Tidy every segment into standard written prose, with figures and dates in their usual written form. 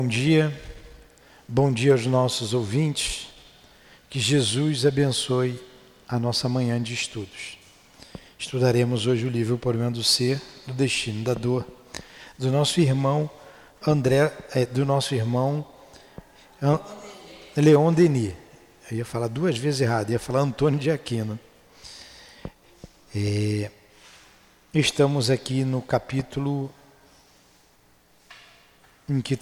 Bom dia aos nossos ouvintes, que Jesus abençoe a nossa manhã de estudos. Estudaremos hoje o livro O Problema do Ser, do Destino, da Dor, do nosso irmão Leon Denis. Eu ia falar duas vezes errado, ia falar Antônio de Aquino. Estamos aqui no capítulo em que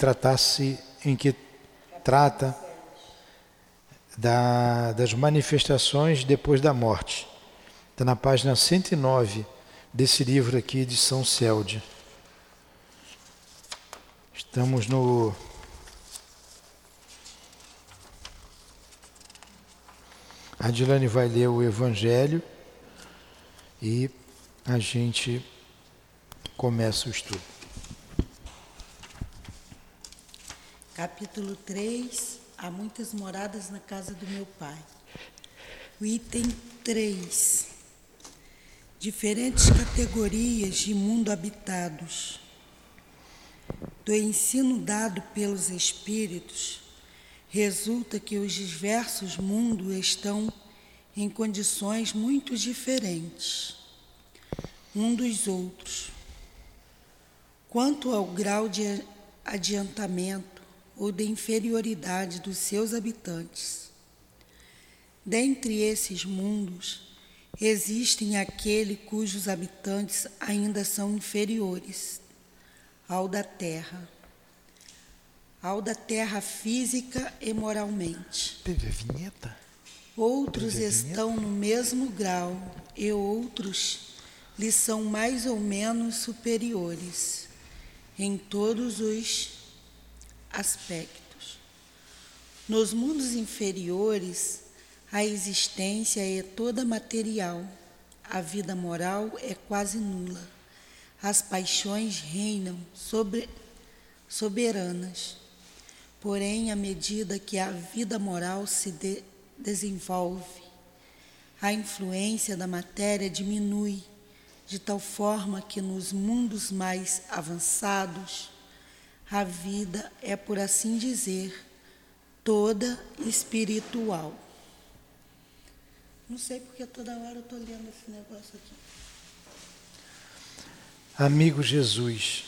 trata das manifestações depois da morte. Está na página 109 desse livro aqui de São Celde. Estamos no A Dilane vai ler o Evangelho e a gente começa o estudo. Capítulo 3, há muitas moradas na casa do meu pai. O item 3. Diferentes categorias de mundo habitados. Do ensino dado pelos espíritos, resulta que os diversos mundos estão em condições muito diferentes um dos outros. Quanto ao grau de adiantamento ou de inferioridade dos seus habitantes. Dentre esses mundos, existem aquele cujos habitantes ainda são inferiores ao da Terra física e moralmente. Teve a vinheta? Outros estão no mesmo grau e outros lhes são mais ou menos superiores em todos os aspectos. Nos mundos inferiores, a existência é toda material, a vida moral é quase nula, as paixões reinam soberanas. Porém, à medida que a vida moral se desenvolve, a influência da matéria diminui, de tal forma que nos mundos mais avançados, a vida é, por assim dizer, toda espiritual. Não sei porque toda hora eu estou lendo esse negócio aqui. Amigo Jesus,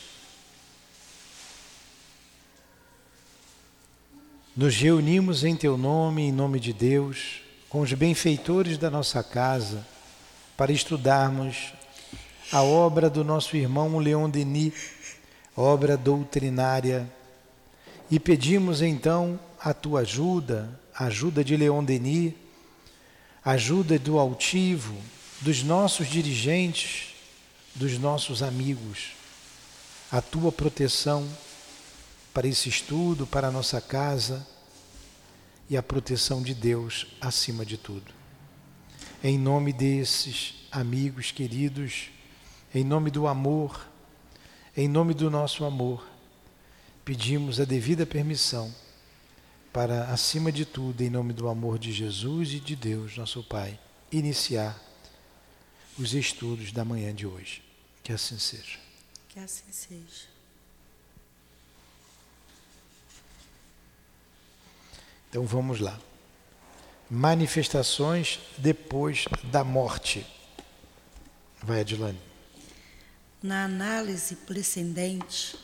nos reunimos em Teu nome, em nome de Deus, com os benfeitores da nossa casa, para estudarmos a obra do nosso irmão Leon Denis, obra doutrinária, e pedimos então a Tua ajuda, a ajuda de Leon Denis, a ajuda do altivo, dos nossos dirigentes, dos nossos amigos, a Tua proteção para esse estudo, para a nossa casa e a proteção de Deus acima de tudo. Em nome desses amigos queridos, em nome do amor, em nome do nosso amor, pedimos a devida permissão para, acima de tudo, em nome do amor de Jesus e de Deus, nosso Pai, iniciar os estudos da manhã de hoje. Que assim seja. Que assim seja. Então vamos lá. Manifestações depois da morte. Vai, Adilane. Na análise precedente,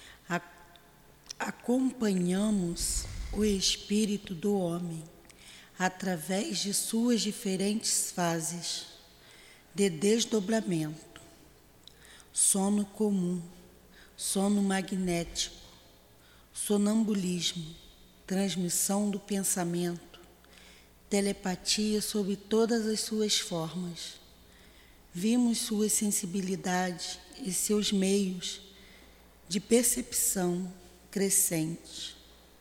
acompanhamos o espírito do homem através de suas diferentes fases de desdobramento: sono comum, sono magnético, sonambulismo, transmissão do pensamento, telepatia sob todas as suas formas. Vimos sua sensibilidade e seus meios de percepção crescente.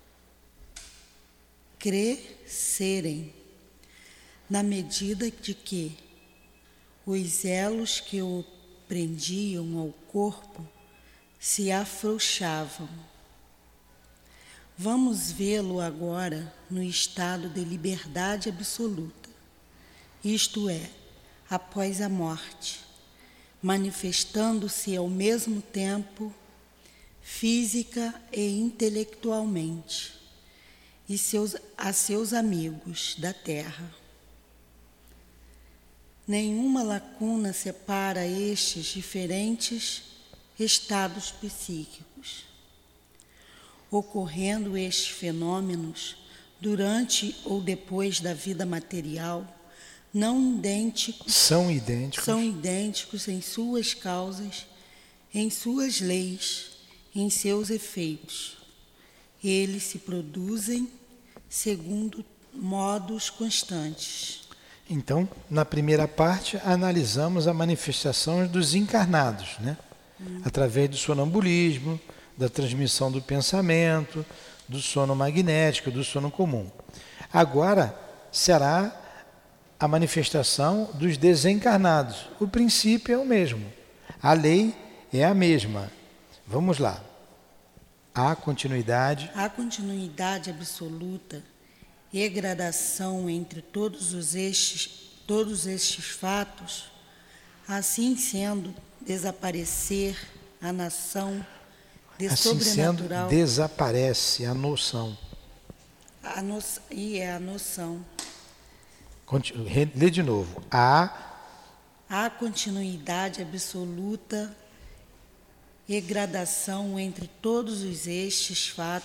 Crescerem, na medida de que os elos que o prendiam ao corpo se afrouxavam. Vamos vê-lo agora no estado de liberdade absoluta, isto é, após a morte, manifestando-se ao mesmo tempo física e intelectualmente, e a seus amigos da terra. Nenhuma lacuna separa estes diferentes estados psíquicos. Ocorrendo estes fenômenos durante ou depois da vida material, são idênticos em suas causas, em suas leis, em seus efeitos. Eles se produzem segundo modos constantes. Então, na primeira parte, analisamos a manifestação dos encarnados, né? Através do sonambulismo, da transmissão do pensamento, do sono magnético, do sono comum. Agora será a manifestação dos desencarnados. O princípio é o mesmo. A lei é a mesma. Vamos lá. Há continuidade. Há continuidade absoluta e gradação entre todos estes fatos, assim sendo, desaparecer a nação de assim sobrenatural. Sendo, desaparece a noção. A noção. Lê de novo. Há continuidade absoluta e gradação entre todos estes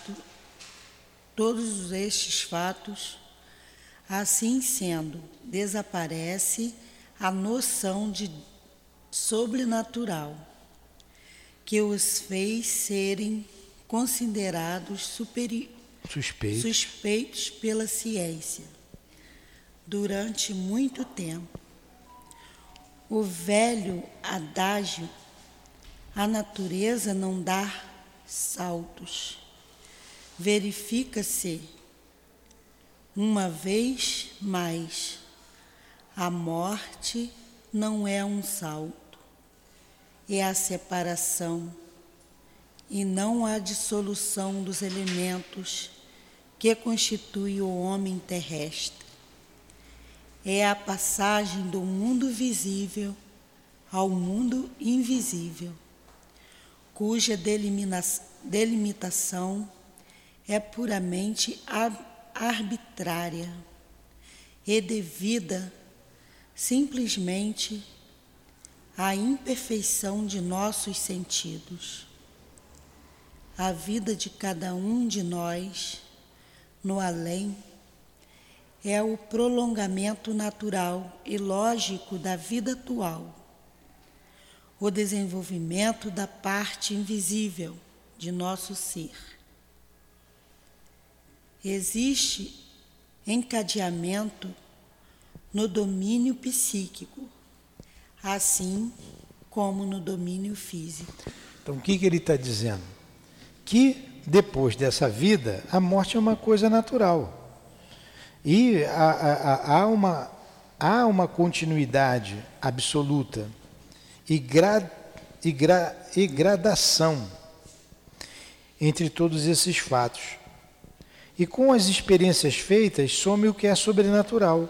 fatos, assim sendo, desaparece a noção de sobrenatural, que os fez serem considerados suspeitos pela ciência durante muito tempo. O velho adágio, a natureza não dá saltos, verifica-se uma vez mais. A morte não é um salto, é a separação e não a dissolução dos elementos que constituem o homem terrestre. É a passagem do mundo visível ao mundo invisível, cuja delimitação é puramente arbitrária e devida simplesmente à imperfeição de nossos sentidos. A vida de cada um de nós, no além, é o prolongamento natural e lógico da vida atual, o desenvolvimento da parte invisível de nosso ser. Existe encadeamento no domínio psíquico, assim como no domínio físico. Então, o que ele está dizendo? Que depois dessa vida, a morte é uma coisa natural. E há uma continuidade absoluta e gradação entre todos esses fatos. E com as experiências feitas, some o que é sobrenatural.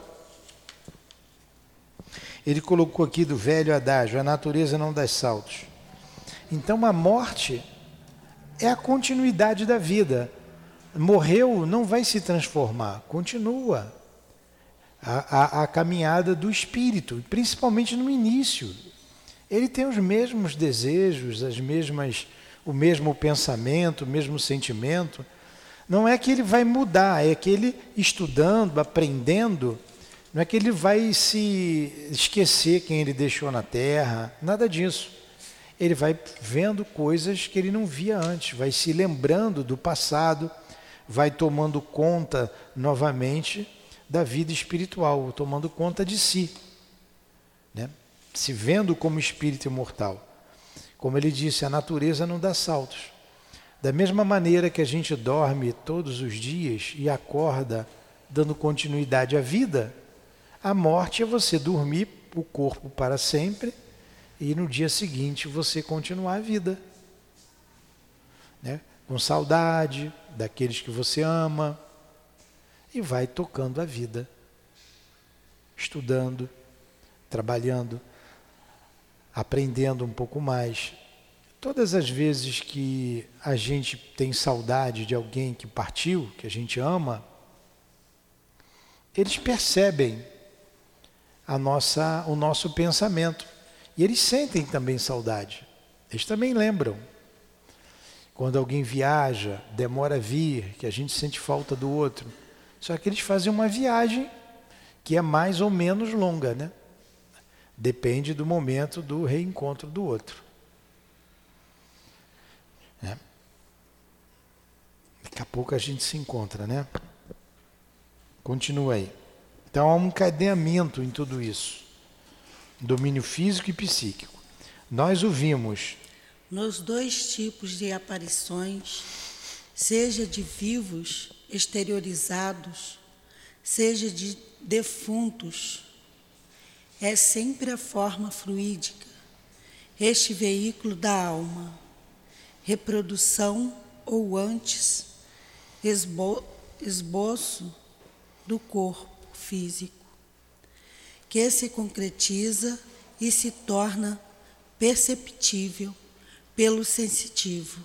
Ele colocou aqui do velho adágio, a natureza não dá saltos. Então a morte é a continuidade da vida. Morreu, não vai se transformar, continua a caminhada do espírito, principalmente no início. Ele tem os mesmos desejos, o mesmo pensamento, o mesmo sentimento. Não é que ele vai mudar, é que ele, estudando, aprendendo, não é que ele vai se esquecer quem ele deixou na Terra, nada disso. Ele vai vendo coisas que ele não via antes, vai se lembrando do passado, vai tomando conta novamente da vida espiritual, tomando conta de si, né? Se vendo como espírito imortal. Como ele disse, a natureza não dá saltos. Da mesma maneira que a gente dorme todos os dias e acorda dando continuidade à vida, a morte é você dormir o corpo para sempre e no dia seguinte você continuar a vida, né? Com saudade daqueles que você ama, e vai tocando a vida, estudando, trabalhando, aprendendo um pouco mais, todas as vezes que a gente tem saudade de alguém que partiu, que a gente ama, eles percebem o nosso pensamento. E eles sentem também saudade. Eles também lembram. Quando alguém viaja, demora a vir, que a gente sente falta do outro. Só que eles fazem uma viagem que é mais ou menos longa, né? Depende do momento do reencontro do outro. Né? Daqui a pouco a gente se encontra, né? Continua aí. Então há um encadeamento em tudo isso. Domínio físico e psíquico. Nós o vimos nos dois tipos de aparições, seja de vivos exteriorizados, seja de defuntos, é sempre a forma fluídica, este veículo da alma, reprodução ou antes, esboço do corpo físico, que se concretiza e se torna perceptível pelo sensitivo.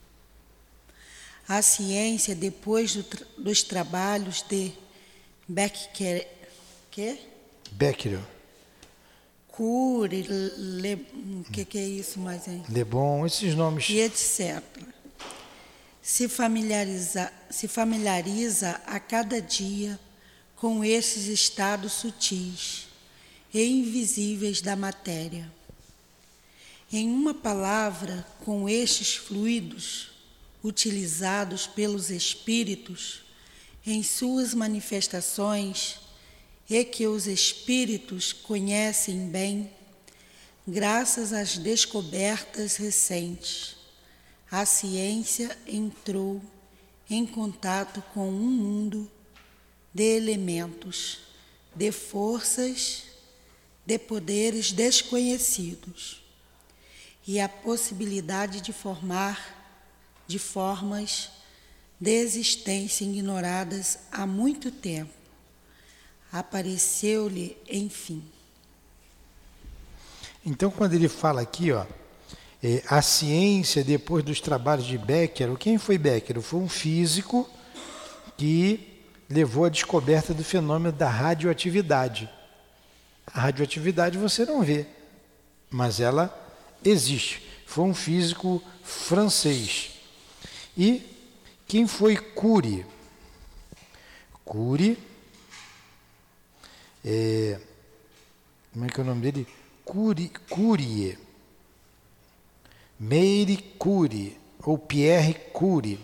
A ciência, depois dos trabalhos de Becquerel, Curie, que é isso mais aí? Le Bon, esses nomes. E etc. Se familiariza a cada dia com esses estados sutis e invisíveis da matéria. Em uma palavra, com estes fluidos utilizados pelos espíritos em suas manifestações e que os espíritos conhecem bem, graças às descobertas recentes, a ciência entrou em contato com um mundo de elementos, de forças, de poderes desconhecidos e a possibilidade de de formas de existência ignoradas há muito tempo. Apareceu-lhe, enfim. Então, quando ele fala aqui, a ciência, depois dos trabalhos de Becquerel, quem foi Becquerel? Foi um físico que levou à descoberta do fenômeno da radioatividade. A radioatividade você não vê, mas ela existe. Foi um físico francês. E quem foi Curie? Curie, como é que é o nome dele? Curie. Marie Curie, ou Pierre Curie.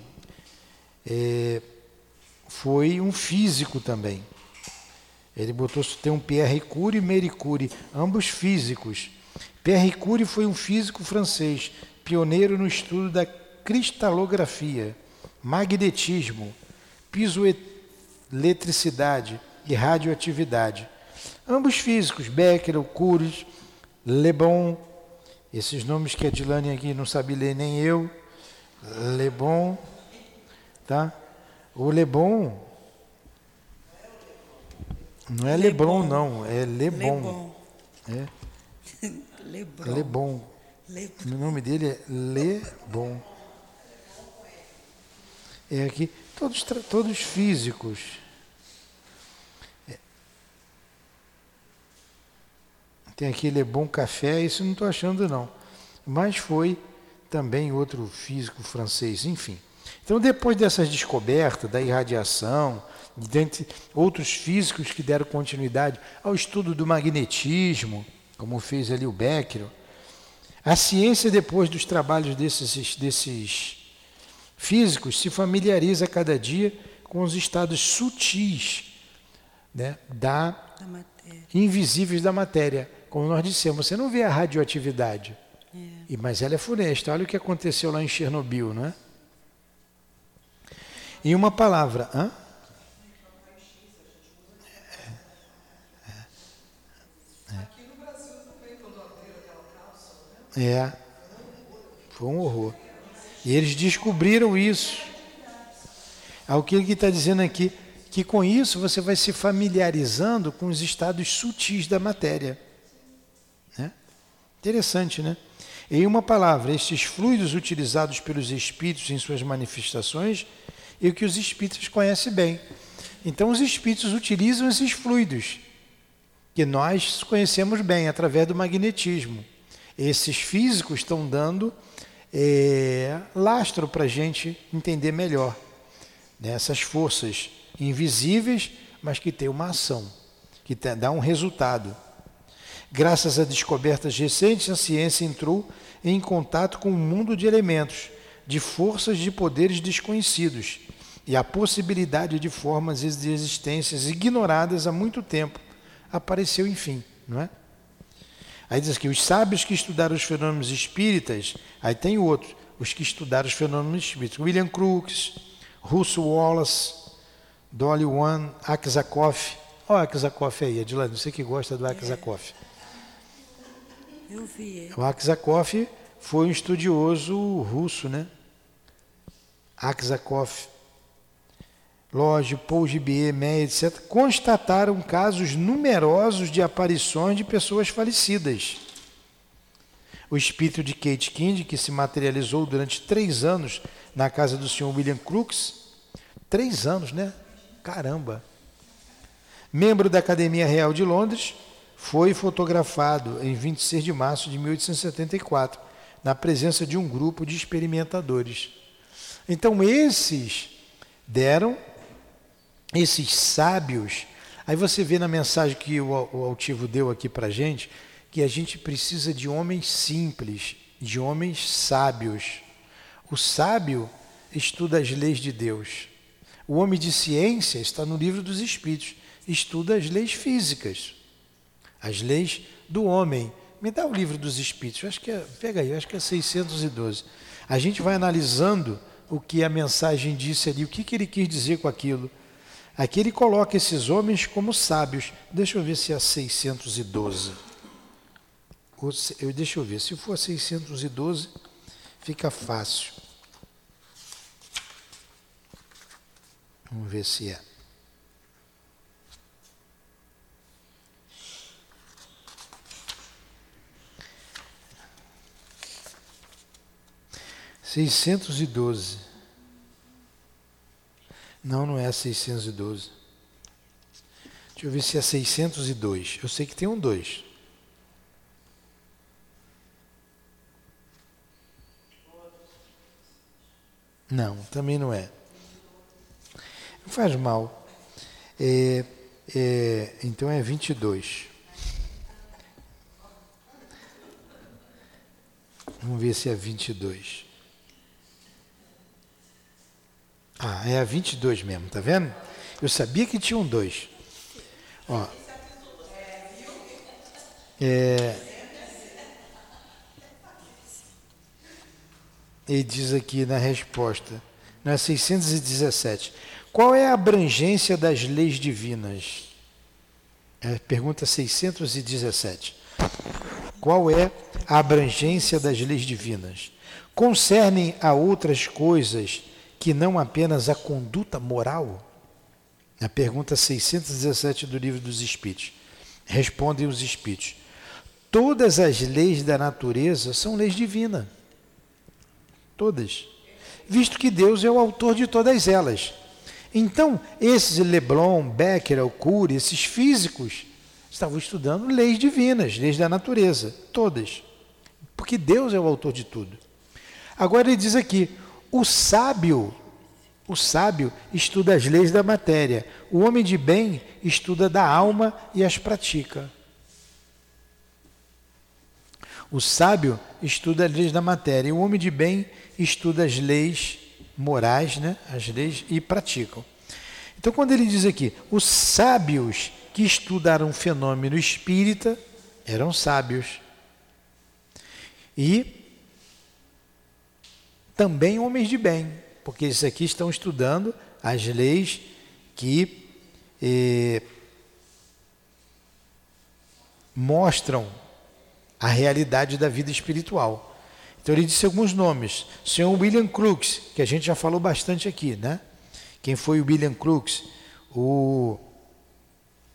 Foi um físico também. Ele tem um Pierre Curie e Marie Curie, ambos físicos. Pierre Curie foi um físico francês, pioneiro no estudo da cristalografia, magnetismo, piezoeletricidade e radioatividade. Ambos físicos, Becquerel, Curie, Le Bon, esses nomes que a Dilane aqui não sabe ler nem eu, Le Bon, tá? O Le Bon não é Leblon, não, é Le Bon. É. Le Bon. O nome dele é Le Bon. É aqui, todos físicos. Tem aqui Le Bon Café, isso não estou achando não. Mas foi também outro físico francês, enfim. Então, depois dessas descobertas da irradiação, dentre outros físicos que deram continuidade ao estudo do magnetismo, como fez ali o Becquerel, a ciência, depois dos trabalhos desses físicos, se familiariza a cada dia com os estados sutis, né, invisíveis da matéria. Como nós dissemos, você não vê a radioatividade, mas ela é funesta. Olha o que aconteceu lá em Chernobyl, não é? Em uma palavra, Aqui no Brasil também, quando abriram aquela cápsula, foi um horror. E eles descobriram isso. O que ele está dizendo aqui, que com isso você vai se familiarizando com os estados sutis da matéria. Né? Interessante, né? Em uma palavra, estes fluidos utilizados pelos espíritos em suas manifestações e o que os espíritos conhecem bem. Então, os espíritos utilizam esses fluidos, que nós conhecemos bem, através do magnetismo. Esses físicos estão dando lastro para a gente entender melhor, né? Essas forças invisíveis, mas que têm uma ação, que dá um resultado. Graças a descobertas recentes, a ciência entrou em contato com um mundo de elementos, de forças de poderes desconhecidos e a possibilidade de formas de existências ignoradas há muito tempo apareceu, enfim, não é? Aí diz aqui, os sábios que estudaram os fenômenos espíritas, aí tem outro, os que estudaram os fenômenos espíritas, William Crookes, Russell Wallace, Dolly Wan, Aksakoff. Olha o Aksakoff aí, Adilane, você que gosta do Aksakoff. Eu vi. O Aksakoff foi um estudioso russo, né? Aksakoff, Lodge, Paul Gibier, Meyer, etc., constataram casos numerosos de aparições de pessoas falecidas. O espírito de Kate Kind, que se materializou durante 3 anos na casa do Sr. William Crookes, 3 anos, né? Caramba! Membro da Academia Real de Londres, foi fotografado em 26 de março de 1874, na presença de um grupo de experimentadores. Então, esses sábios, aí você vê na mensagem que o Altivo deu aqui para a gente, que a gente precisa de homens simples, de homens sábios. O sábio estuda as leis de Deus. O homem de ciência está no livro dos Espíritos, estuda as leis físicas, as leis do homem. Me dá o livro dos Espíritos, pega aí, acho que é 612. A gente vai analisando o que a mensagem disse ali, o que ele quis dizer com aquilo. Aqui ele coloca esses homens como sábios. Deixa eu ver se é 612. Deixa eu ver, se for 612, fica fácil. Vamos ver se é. (612). Não é 612. Deixa eu ver se é 602. Eu sei que tem um 2. Não, também não é. Não faz mal. Então é 22. Vamos ver se é 22. Ah, é a 22 mesmo, tá vendo? Eu sabia que tinha um 2. Ó. Ele diz aqui na resposta, não é 617. Qual é a abrangência das leis divinas? Pergunta 617. Qual é a abrangência das leis divinas? Concernem a outras coisas que não apenas a conduta moral? Na pergunta 617 do Livro dos Espíritos. Respondem os Espíritos. Todas as leis da natureza são leis divinas. Todas. Visto que Deus é o autor de todas elas. Então, esses Leblon, Becquerel, Curie, esses físicos, estavam estudando leis divinas, leis da natureza, todas. Porque Deus é o autor de tudo. Agora ele diz aqui, o sábio estuda as leis da matéria. O homem de bem estuda da alma e as pratica. O sábio estuda as leis da matéria. E o homem de bem estuda as leis morais, né? As leis, e praticam. Então, quando ele diz aqui, os sábios que estudaram o fenômeno espírita eram sábios. E também homens de bem, porque esses aqui estão estudando as leis que mostram a realidade da vida espiritual. Então ele disse alguns nomes. O Sr. William Crookes, que a gente já falou bastante aqui, né? Quem foi o William Crookes? O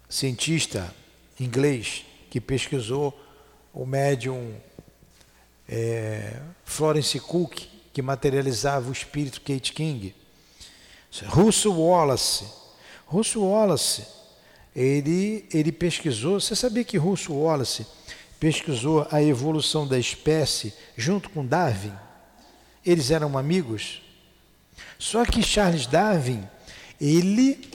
cientista inglês que pesquisou o médium Florence Cook, que materializava o espírito Kate King. Russell Wallace. Russell Wallace, ele pesquisou, você sabia que Russell Wallace pesquisou a evolução da espécie junto com Darwin? Eles eram amigos. Só que Charles Darwin, ele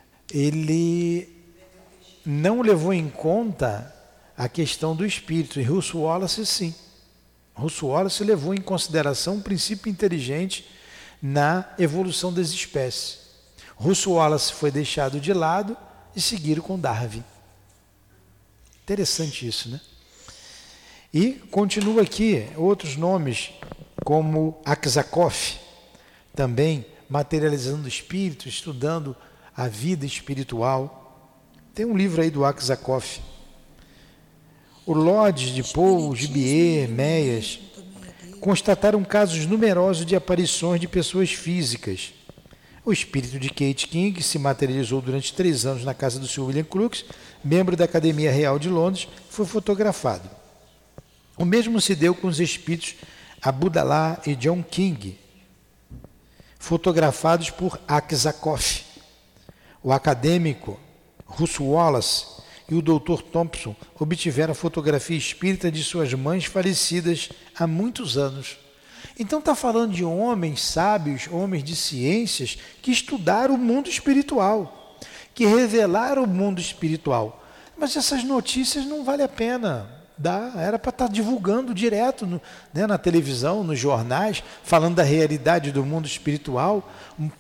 não levou em conta a questão do espírito, e Russell Wallace sim. Russell Wallace levou em consideração um princípio inteligente na evolução das espécies. Russell Wallace foi deixado de lado e seguiram com Darwin. Interessante isso, né? E continua aqui outros nomes, como Aksakoff, também materializando o espírito, estudando a vida espiritual. Tem um livro aí do Aksakoff. O Lodge de Paul, Gibier, Meyers constataram casos numerosos de aparições de pessoas físicas. O espírito de Kate King se materializou durante 3 anos na casa do Sr. William Crookes, membro da Academia Real de Londres, foi fotografado. O mesmo se deu com os espíritos Abdallah e John King, fotografados por Aksakoff. O acadêmico Russell Wallace e o Dr. Thompson obtiveram a fotografia espírita de suas mães falecidas há muitos anos. Então está falando de homens sábios, homens de ciências, que estudaram o mundo espiritual, que revelaram o mundo espiritual. Mas essas notícias não vale a pena dar, era para estar divulgando direto na televisão, nos jornais, falando da realidade do mundo espiritual,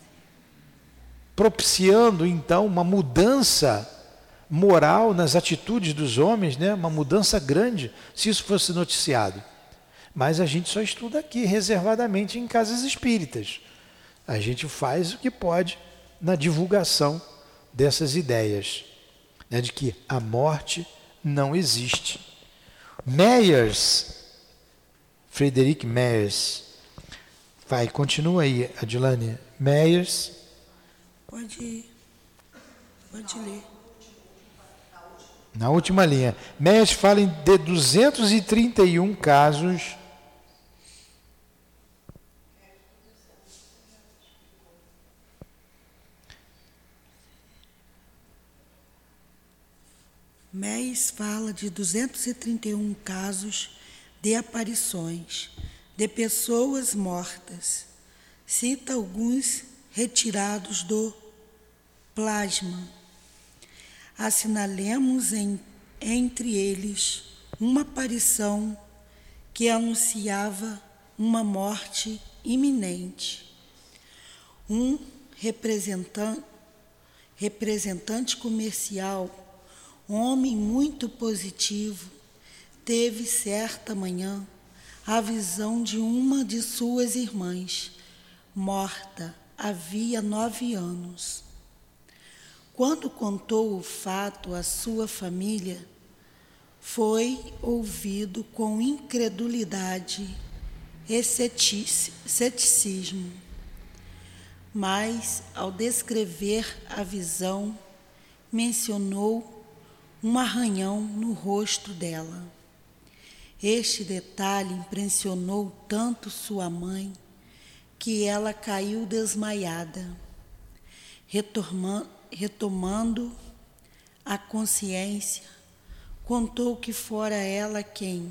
propiciando então uma mudança moral nas atitudes dos homens, né? Uma mudança grande, se isso fosse noticiado. Mas a gente só estuda aqui, reservadamente, em casas espíritas. A gente faz o que pode na divulgação dessas ideias, né? De que a morte não existe. Meyers, Frederick Meyers, continua aí, Adilane. Meyers. Pode ler. Na última linha, Meyers fala de 231 casos Meyers fala de 231 casos de aparições de pessoas mortas. Cita alguns retirados do plasma. Assinalemos entre eles uma aparição que anunciava uma morte iminente. Um representante comercial, homem muito positivo, teve certa manhã a visão de uma de suas irmãs, morta havia 9 anos. Quando contou o fato à sua família, foi ouvido com incredulidade e ceticismo. Mas, ao descrever a visão, mencionou um arranhão no rosto dela. Este detalhe impressionou tanto sua mãe que ela caiu desmaiada. Retomando a consciência, contou que fora ela quem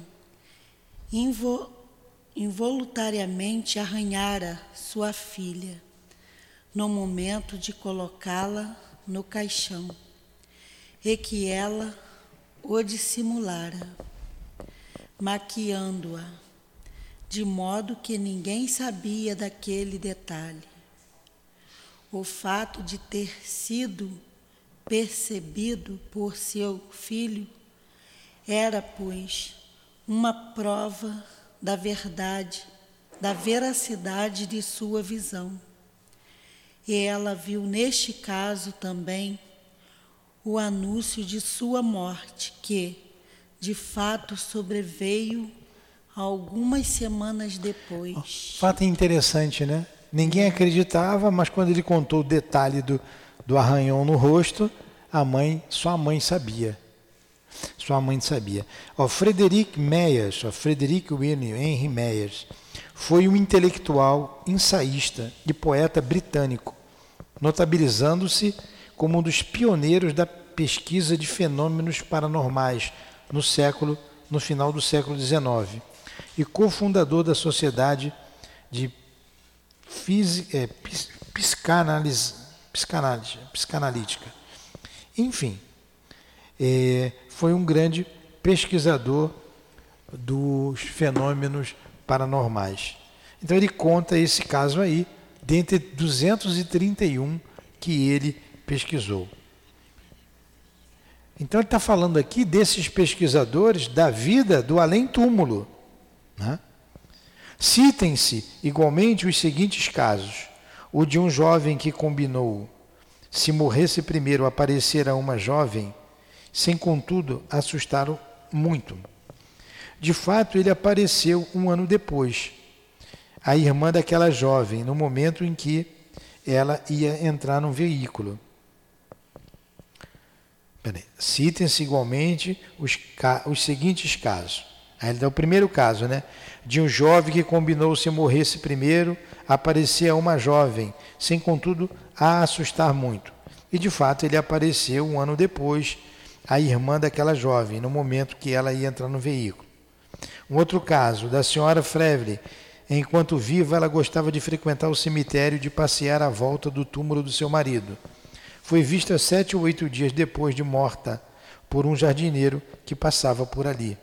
involuntariamente arranhara sua filha no momento de colocá-la no caixão e que ela o dissimulara, maquiando-a, de modo que ninguém sabia daquele detalhe. O fato de ter sido percebido por seu filho era, pois, uma prova da verdade, da veracidade de sua visão. E ela viu neste caso também o anúncio de sua morte, que, de fato, sobreveio algumas semanas depois. Fato interessante, né? Ninguém acreditava, mas quando ele contou o detalhe do arranhão no rosto, sua mãe sabia. Sua mãe sabia. Frederic Myers, Frederic William Henry Myers, foi um intelectual, ensaísta e poeta britânico, notabilizando-se como um dos pioneiros da pesquisa de fenômenos paranormais no final do século XIX, e cofundador da Sociedade de Psicanalítica. Enfim, foi um grande pesquisador dos fenômenos paranormais. Então ele conta esse caso aí, dentre 231 que ele pesquisou. Então ele está falando aqui desses pesquisadores da vida do além-túmulo, né? Citem-se igualmente os seguintes casos: o de um jovem que combinou, se morresse primeiro, aparecer a uma jovem, sem contudo assustar muito. De fato, ele apareceu um ano depois, a irmã daquela jovem, no momento em que ela ia entrar num veículo. Citem-se igualmente os seguintes casos. Aí ele dá o primeiro caso, né? De um jovem que combinou se morresse primeiro, aparecer a uma jovem, sem contudo a assustar muito. E de fato ele apareceu um ano depois, a irmã daquela jovem, no momento que ela ia entrar no veículo. Um outro caso, da senhora Frevle. Enquanto viva, ela gostava de frequentar o cemitério e de passear à volta do túmulo do seu marido. Foi vista 7 ou 8 dias depois de morta por um jardineiro que passava por ali.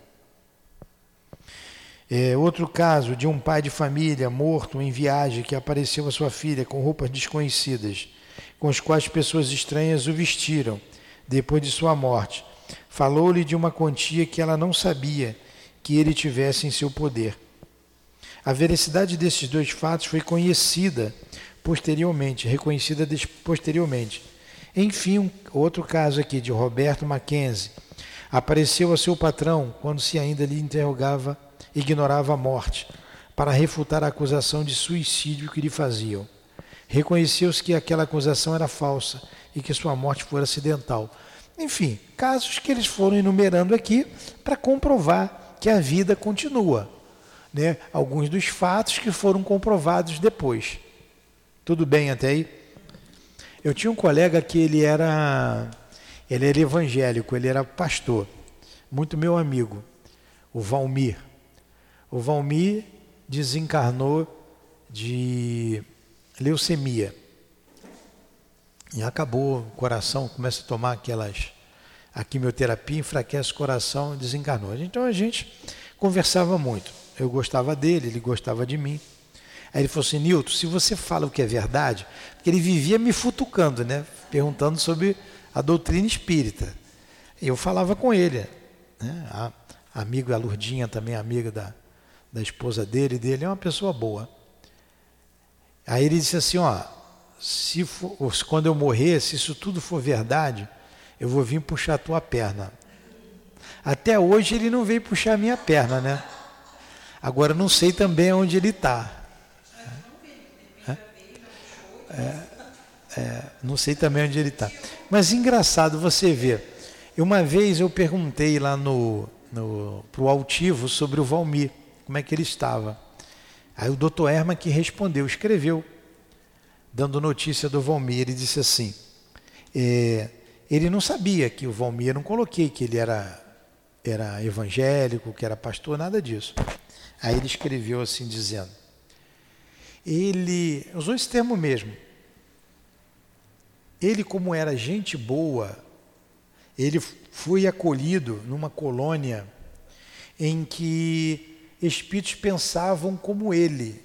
Outro caso de um pai de família morto em viagem que apareceu a sua filha com roupas desconhecidas, com as quais pessoas estranhas o vestiram depois de sua morte. Falou-lhe de uma quantia que ela não sabia que ele tivesse em seu poder. A veracidade desses dois fatos foi reconhecida posteriormente. Enfim, outro caso aqui de Roberto Mackenzie. Apareceu a seu patrão quando se ainda lhe ignorava a morte, para refutar a acusação de suicídio que lhe faziam. Reconheceu-se que aquela acusação era falsa e que sua morte foi acidental. Enfim, casos que eles foram enumerando aqui para comprovar que a vida continua, né? Alguns dos fatos que foram comprovados depois. Tudo bem até aí? Eu tinha um colega que ele era evangélico, ele era pastor, muito meu amigo, o Valmir. O Valmir desencarnou de leucemia. E acabou o coração, começa a tomar a quimioterapia, enfraquece o coração e desencarnou. Então a gente conversava muito. Eu gostava dele, ele gostava de mim. Aí ele falou assim: Nilton, se você fala o que é verdade, porque ele vivia me futucando, né? Perguntando sobre a doutrina espírita. E eu falava com ele, né? A Lourdinha também, amiga da esposa dele, é uma pessoa boa. Aí ele disse assim: quando eu morrer, se isso tudo for verdade, eu vou vir puxar a tua perna. Até hoje ele não veio puxar a minha perna, né? Agora não sei também onde ele está. Não sei também onde ele está. Mas engraçado você ver. Uma vez eu perguntei lá para o altivo sobre o Valmir, como é que ele estava. Aí o doutor Herman que respondeu, escreveu, dando notícia do Valmir. Ele disse assim, ele não sabia que o Valmir, eu não coloquei que ele era evangélico, que era pastor, nada disso. Aí ele escreveu assim, dizendo, ele usou esse termo mesmo, ele, como era gente boa, ele foi acolhido numa colônia em que espíritos pensavam como ele.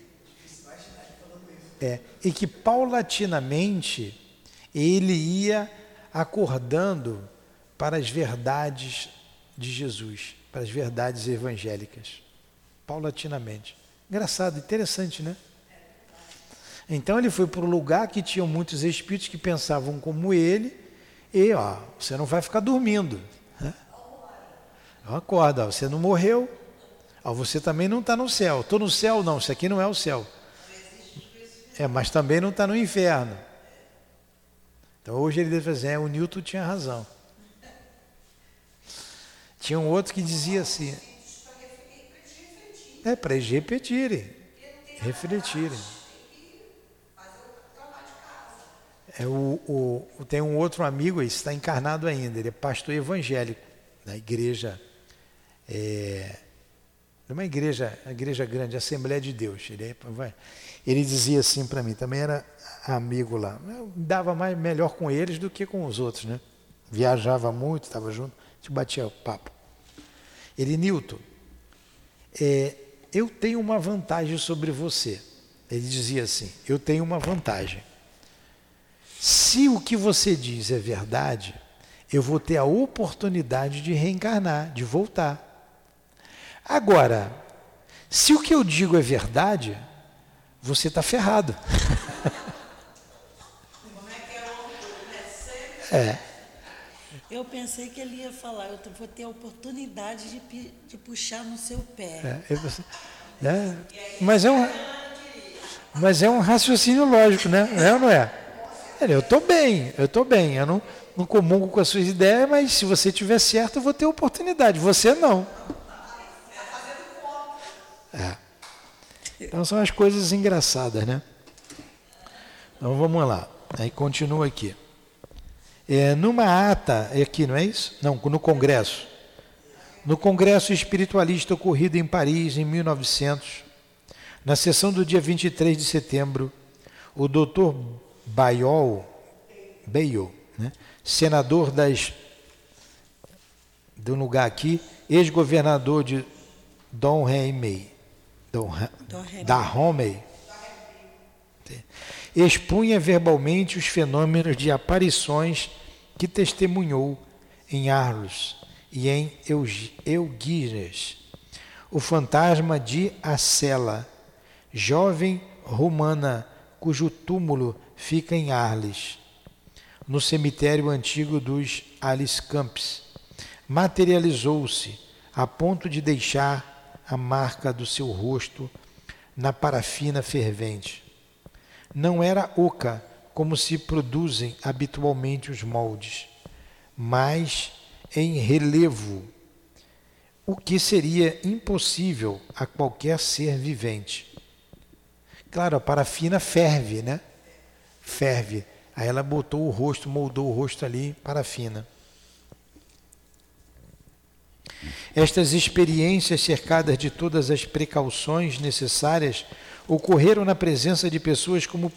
E que paulatinamente ele ia acordando para as verdades de Jesus, para as verdades evangélicas. Paulatinamente. Engraçado, interessante, né? Então ele foi para um lugar que tinham muitos espíritos que pensavam como ele, e você não vai ficar dormindo, né? Acorda, você não morreu, você também não está no céu. Estou no céu, não, isso aqui não é o céu. Mas também não está no inferno. Então hoje ele deve dizer, o Newton tinha razão. tinha um outro que dizia assim, para eles refletirem. Tem um outro amigo, esse está encarnado ainda, ele é pastor evangélico na igreja, numa igreja grande, Assembleia de Deus. Ele dizia assim para mim, também era amigo lá, eu dava melhor com eles do que com os outros, né? Viajava muito, estava junto, a gente batia papo. Ele, Newton, eu tenho uma vantagem sobre você. Ele dizia assim, eu tenho uma vantagem. Se o que você diz é verdade, eu vou ter a oportunidade de reencarnar, de voltar. Agora, se o que eu digo é verdade, você está ferrado. Eu pensei que ele ia falar, eu vou ter a oportunidade de puxar no seu pé. Mas é um raciocínio lógico, né? É ou não é? Eu estou bem, eu não comungo com as suas ideias, mas se você tiver certo, eu vou ter oportunidade, você não. Então são as coisas engraçadas, né? Então vamos lá, aí continua aqui. Numa ata, aqui não é isso? Não, no Congresso. No Congresso Espiritualista ocorrido em Paris em 1900, na sessão do dia 23 de setembro, o Dr. Bayol, né, senador do lugar aqui, ex-governador de Dahomey, expunha verbalmente os fenômenos de aparições que testemunhou em Arles e em Euguines. O fantasma de Acela, jovem romana cujo túmulo fica em Arles, no cemitério antigo dos Aliscampes, materializou-se a ponto de deixar a marca do seu rosto na parafina fervente. Não era oca, como se produzem habitualmente os moldes, mas em relevo, o que seria impossível a qualquer ser vivente. Claro, a parafina ferve, né? Ferve. Aí ela botou o rosto, moldou o rosto ali, parafina. Estas experiências, cercadas de todas as precauções necessárias, ocorreram na presença de pessoas como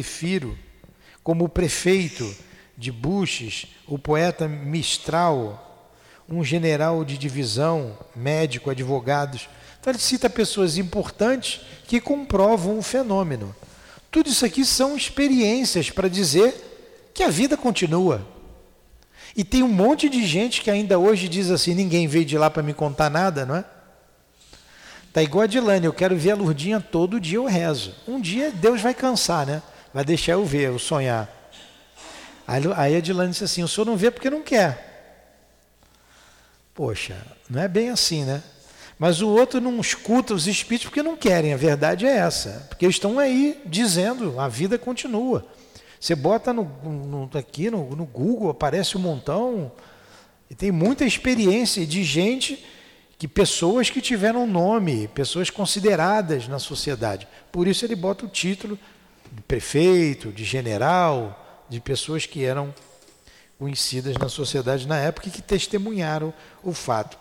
o prefeito de Buches, o poeta Mistral, um general de divisão, médico, advogados. Então ele cita pessoas importantes que comprovam o fenômeno. Tudo isso aqui são experiências para dizer que a vida continua. E tem um monte de gente que ainda hoje diz assim, ninguém veio de lá para me contar nada, não é? Está igual a Dilane, eu quero ver a Lurdinha todo dia, eu rezo. Um dia Deus vai cansar, né? Vai deixar eu ver, eu sonhar. Aí a Dilane disse assim, o senhor não vê porque não quer. Poxa, não é bem assim, né? Mas o outro não escuta os espíritos porque não querem, a verdade é essa. Porque eles estão aí dizendo, a vida continua. Você bota aqui no Google, aparece um montão, e tem muita experiência de gente, pessoas que tiveram nome, pessoas consideradas na sociedade. Por isso ele bota o título de prefeito, de general, de pessoas que eram conhecidas na sociedade na época e que testemunharam o fato.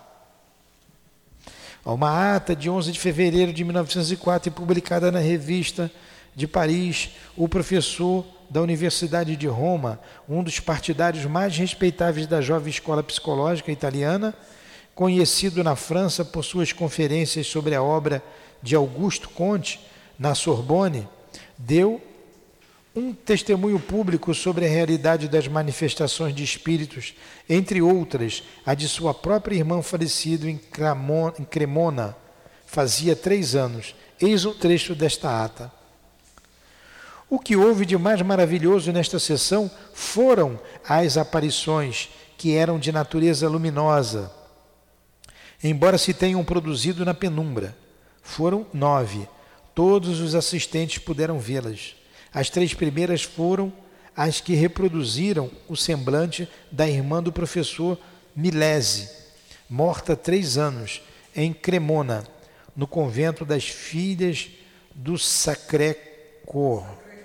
Uma ata de 11 de fevereiro de 1904, publicada na Revista de Paris, o professor da Universidade de Roma, um dos partidários mais respeitáveis da jovem escola psicológica italiana, conhecido na França por suas conferências sobre a obra de Auguste Comte, na Sorbonne, deu um testemunho público sobre a realidade das manifestações de espíritos, entre outras, a de sua própria irmã falecida em Cremona, fazia 3 anos. Eis um trecho desta ata. O que houve de mais maravilhoso nesta sessão foram as aparições, que eram de natureza luminosa, embora se tenham produzido na penumbra. Foram 9. Todos os assistentes puderam vê-las. As 3 primeiras foram as que reproduziram o semblante da irmã do professor Milese, morta há 3 anos, em Cremona, no convento das Filhas do Sacré-Cœur.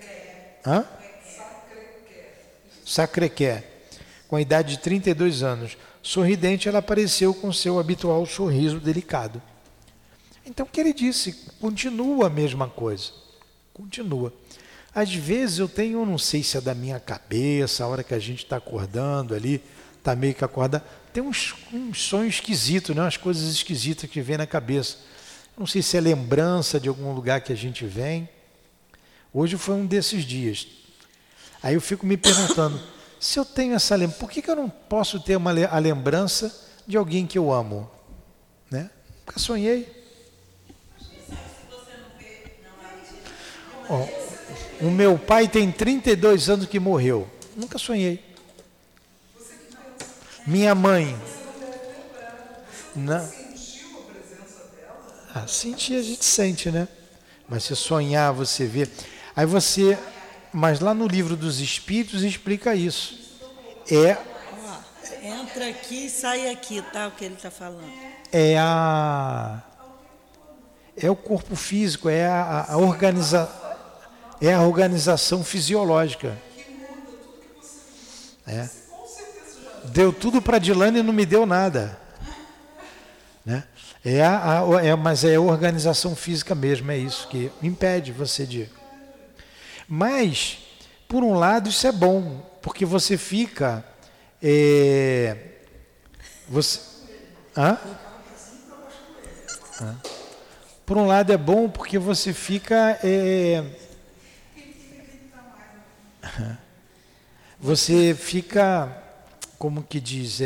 Sacré-Cœur, com a idade de 32 anos. Sorridente, ela apareceu com seu habitual sorriso delicado. Então, o que ele disse? Continua a mesma coisa. Continua. Às vezes eu tenho, não sei se é da minha cabeça, a hora que a gente está acordando ali, está meio que acordado, tem uns sonhos esquisitos, né? Umas coisas esquisitas que vêm na cabeça. Não sei se é lembrança de algum lugar que a gente vem. Hoje foi um desses dias. Aí eu fico me perguntando, se eu tenho essa lembrança, por que eu não posso ter a lembrança de alguém que eu amo? Né? Nunca sonhei. Ó, o meu pai tem 32 anos que morreu. Nunca sonhei. Minha mãe. Não. Sentir a gente sente, né? Mas se sonhar, você vê. Aí você... Mas lá no livro dos Espíritos explica isso. Entra aqui e sai aqui, tá? O que ele está falando. É o corpo físico, é a organização fisiológica. Deu tudo para Dilane e não me deu nada. Né? Mas é a organização física mesmo, é isso que impede você de... Mas, por um lado, isso é bom, porque você fica... Por um lado é bom porque você fica... Você fica, como que diz,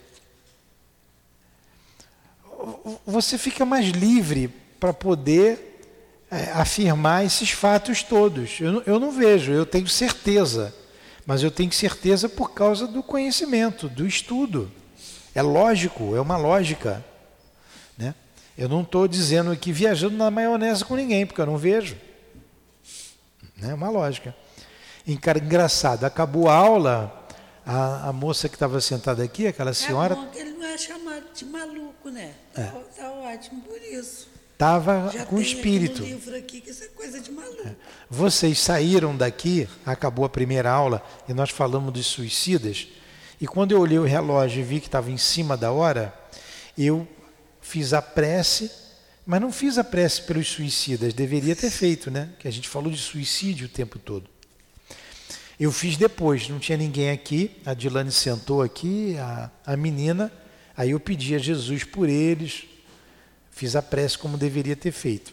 você fica mais livre para poder afirmar esses fatos todos. Eu não vejo, eu tenho certeza, mas eu tenho certeza por causa do conhecimento, do estudo. É lógico, é uma lógica. Né? Eu não estou dizendo aqui viajando na maionese com ninguém, porque eu não vejo. É uma lógica. Engraçado, acabou a aula, a moça que estava sentada aqui, aquela senhora... É bom que ele não é chamado de maluco, né? Está ótimo por isso. Estava com espírito. Já tem livro aqui que isso é coisa de maluco. Vocês saíram daqui, acabou a primeira aula, e nós falamos dos suicidas, e quando eu olhei o relógio e vi que estava em cima da hora, eu fiz a prece, mas não fiz a prece pelos suicidas, deveria ter feito, né? Que a gente falou de suicídio o tempo todo. Eu fiz depois, não tinha ninguém aqui, a Dilane sentou aqui, a menina, aí eu pedi a Jesus por eles, fiz a prece como deveria ter feito.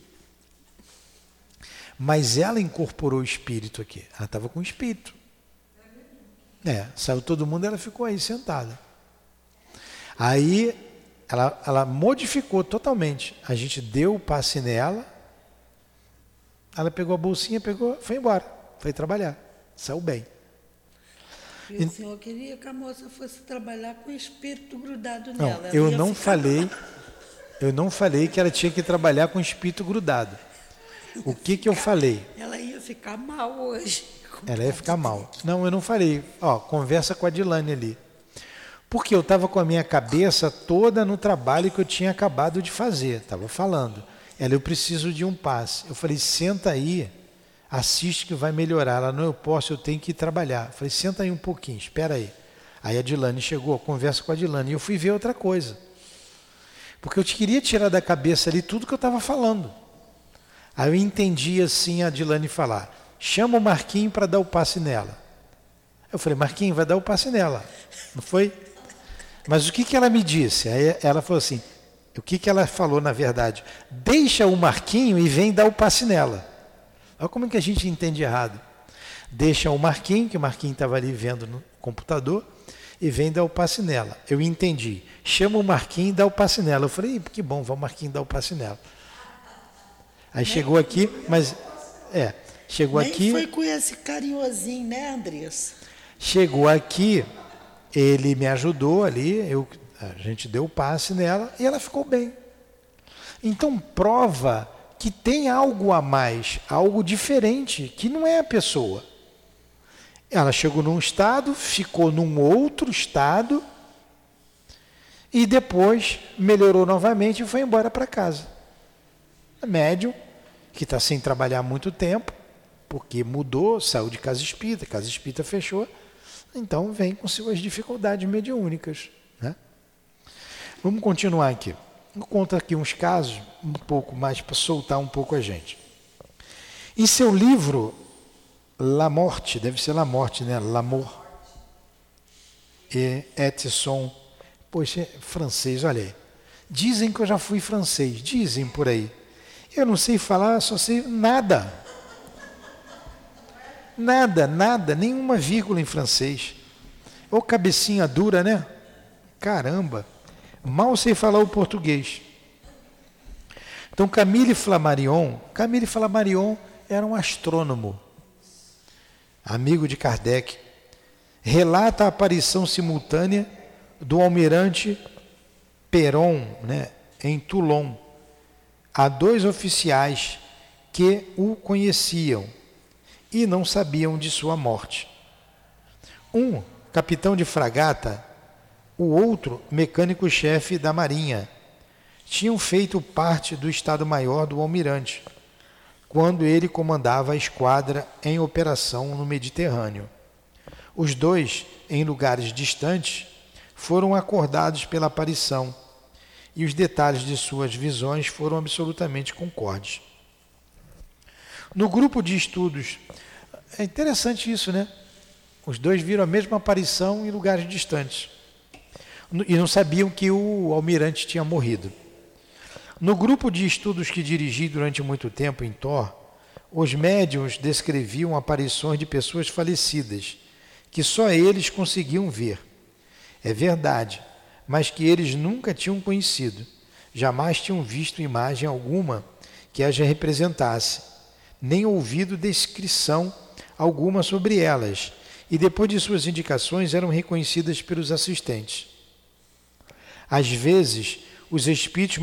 Mas ela incorporou o espírito aqui, ela estava com o espírito. Saiu todo mundo, ela ficou aí sentada. Aí ela modificou totalmente, a gente deu o passe nela, ela pegou a bolsinha, foi embora, foi trabalhar. Saiu bem. E o senhor queria que a moça fosse trabalhar com o espírito grudado nela. Não, eu não falei que ela tinha que trabalhar com o espírito grudado. O que eu falei? Ela ia ficar mal hoje. Ela ia ficar mal. Não, eu não falei. Conversa com a Dilane ali. Porque eu estava com a minha cabeça toda no trabalho que eu tinha acabado de fazer. Estava falando. Eu preciso de um passe. Eu falei, senta aí. Assiste que vai melhorar. Ela, não, eu posso, eu tenho que ir trabalhar. Falei, senta aí um pouquinho, espera aí. Aí a Dilane chegou, conversa com a Dilane. E eu fui ver outra coisa. Porque eu queria tirar da cabeça ali tudo que eu estava falando. Aí eu entendi assim a Dilane falar, chama o Marquinhos para dar o passe nela. Eu falei, Marquinhos, vai dar o passe nela. Não foi? Mas o que ela me disse? Aí ela falou assim, o que ela falou na verdade? Deixa o Marquinhos e vem dar o passe nela. Olha como é que a gente entende errado. Deixa o Marquinhos, que o Marquinhos estava ali vendo no computador, e vem dar o passe nela. Eu entendi. Chama o Marquinhos e dá o passe nela. Eu falei, que bom, vai o Marquinhos dar o passe nela. Aí chegou aqui, mas... chegou nem aqui... foi com esse carinhosinho, né, Andressa? Chegou aqui, ele me ajudou ali, a gente deu o passe nela e ela ficou bem. Então prova que tem algo a mais, algo diferente, que não é a pessoa. Ela chegou num estado, ficou num outro estado, E depois melhorou novamente e foi embora para casa. Médium, que está sem trabalhar há muito tempo, porque mudou, saiu de casa espírita fechou, então vem com suas dificuldades mediúnicas, né? Vamos continuar aqui. Vou contar aqui uns casos, um pouco mais, para soltar um pouco a gente. Em seu livro, La Morte, deve ser La Morte, né? L'amour et son... Poxa, é francês, olha aí. Dizem que eu já fui francês, dizem por aí. Eu não sei falar, só sei nada. Nada, nenhuma vírgula em francês. Ô cabecinha dura, né? Caramba, mal sei falar o português. Então Camille Flammarion era um astrônomo, amigo de Kardec, relata a aparição simultânea do almirante Peron, né, em Toulon, a 2 oficiais que o conheciam e não sabiam de sua morte. Um, capitão de fragata, o outro, mecânico-chefe da marinha, tinham feito parte do Estado-Maior do almirante, quando ele comandava a esquadra em operação no Mediterrâneo. Os dois, em lugares distantes, foram acordados pela aparição, e os detalhes de suas visões foram absolutamente concordes. No grupo de estudos, é interessante isso, né? Os dois viram a mesma aparição em lugares distantes e não sabiam que o almirante tinha morrido. No grupo de estudos que dirigi durante muito tempo em Tor, os médiuns descreviam aparições de pessoas falecidas, que só eles conseguiam ver. É verdade, mas que eles nunca tinham conhecido, jamais tinham visto imagem alguma que as representasse, nem ouvido descrição alguma sobre elas, e depois de suas indicações eram reconhecidas pelos assistentes. Às vezes, os espíritos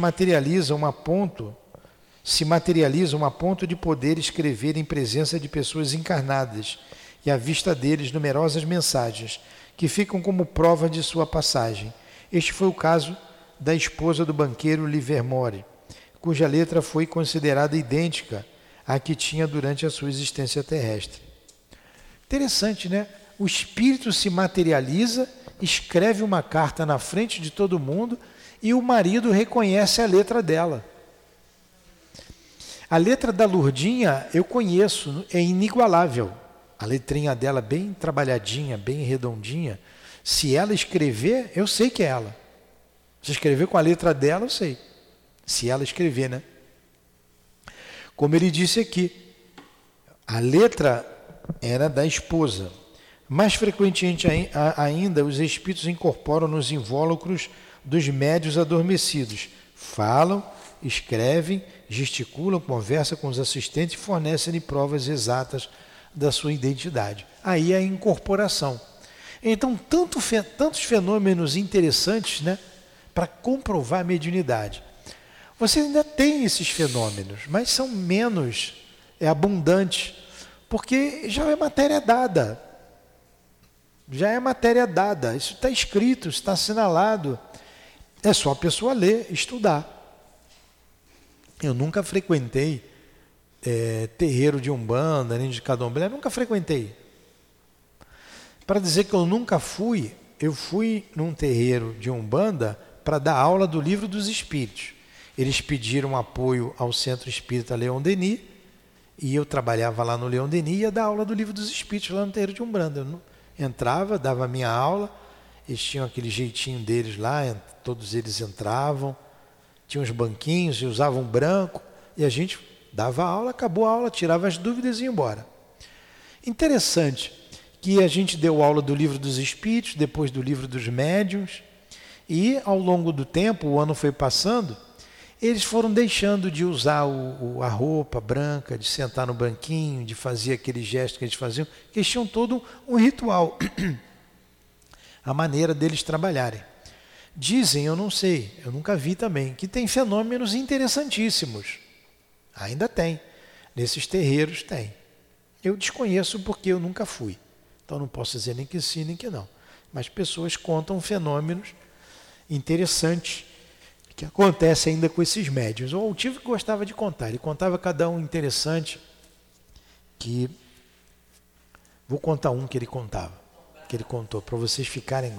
se materializam a ponto de poder escrever em presença de pessoas encarnadas e à vista deles numerosas mensagens que ficam como prova de sua passagem. Este foi o caso da esposa do banqueiro Livermore, cuja letra foi considerada idêntica à que tinha durante a sua existência terrestre. Interessante, né? O espírito se materializa, escreve uma carta na frente de todo mundo e o marido reconhece a letra dela. A letra da Lourdinha eu conheço, é inigualável. A letrinha dela bem trabalhadinha, bem redondinha. Se ela escrever, eu sei que é ela. Se escrever com a letra dela, eu sei. Se ela escrever, né? Como ele disse aqui, a letra era da esposa. Mais frequentemente ainda, os espíritos incorporam nos invólucros dos médios adormecidos. Falam, escrevem, gesticulam, conversam com os assistentes e fornecem provas exatas da sua identidade. Aí é a incorporação. Então, tantos fenômenos interessantes, né, para comprovar a mediunidade. Você ainda tem esses fenômenos, mas são menos abundantes, porque já é matéria dada. Já é matéria dada. Isso está escrito, está assinalado. É só a pessoa ler, estudar. Eu nunca frequentei terreiro de Umbanda, nem de Candomblé, nunca frequentei. Para dizer que eu nunca fui, eu fui num terreiro de Umbanda para dar aula do Livro dos Espíritos. Eles pediram apoio ao Centro Espírita Leon Denis, e eu trabalhava lá no Leon Denis e ia dar aula do Livro dos Espíritos lá no terreiro de Umbanda. Eu entrava, dava a minha aula, eles tinham aquele jeitinho deles lá, todos eles entravam, tinham uns banquinhos e usavam branco, e a gente dava aula, acabou a aula, tirava as dúvidas e ia embora. Interessante que a gente deu aula do Livro dos Espíritos, depois do Livro dos Médiuns, e ao longo do tempo, o ano foi passando, eles foram deixando de usar a roupa branca, de sentar no banquinho, de fazer aquele gesto que eles faziam, que eles tinham todo um ritual, a maneira deles trabalharem. Dizem, eu não sei, eu nunca vi também, que tem fenômenos interessantíssimos. Ainda tem. Nesses terreiros tem. Eu desconheço porque eu nunca fui. Então não posso dizer nem que sim, nem que não. Mas pessoas contam fenômenos interessante que acontece ainda com esses médiuns. O Altivo gostava de contar, ele contava cada um interessante que... Vou contar um que ele contava, que ele contou, para vocês ficarem...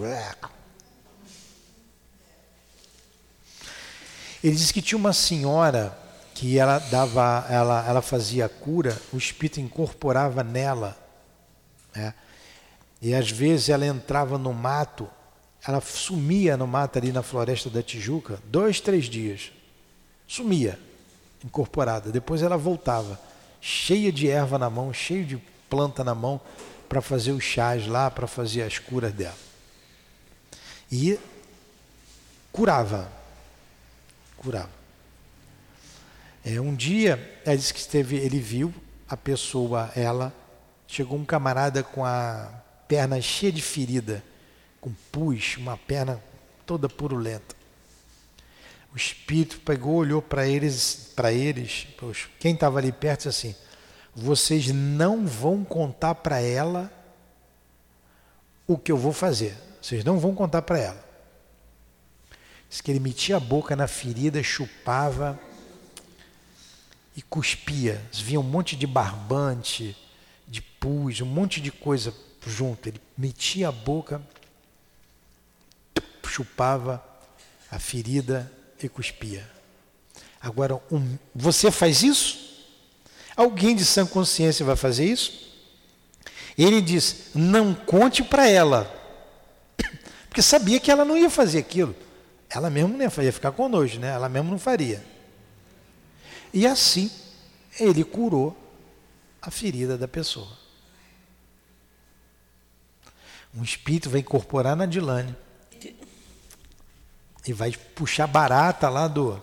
Ele disse que tinha uma senhora que ela fazia a cura, o espírito incorporava nela, né? E às vezes ela entrava no mato, ela sumia no mato ali na floresta da Tijuca, 2, 3 dias, sumia, incorporada. Depois ela voltava, cheia de erva na mão, cheia de planta na mão, para fazer os chás lá, para fazer as curas dela. E curava. Um dia, ela disse que ele viu a pessoa, chegou um camarada com a perna cheia de ferida, com pus, uma perna toda purulenta. O espírito pegou, olhou para eles, quem estava ali perto, disse assim: vocês não vão contar para ela o que eu vou fazer, vocês não vão contar para ela. Diz que ele metia a boca na ferida, chupava e cuspia. Via um monte de barbante, de pus, um monte de coisa junto. Ele metia a boca, chupava a ferida e cuspia. Agora, você faz isso? Alguém de sã consciência vai fazer isso? Ele diz: não conte para ela, porque sabia que ela não ia fazer aquilo. Ela mesmo não ia ficar com nojo, né? Ela mesmo não faria. E assim, ele curou a ferida da pessoa. Um espírito vai incorporar na Dilane e vai puxar barata lá do...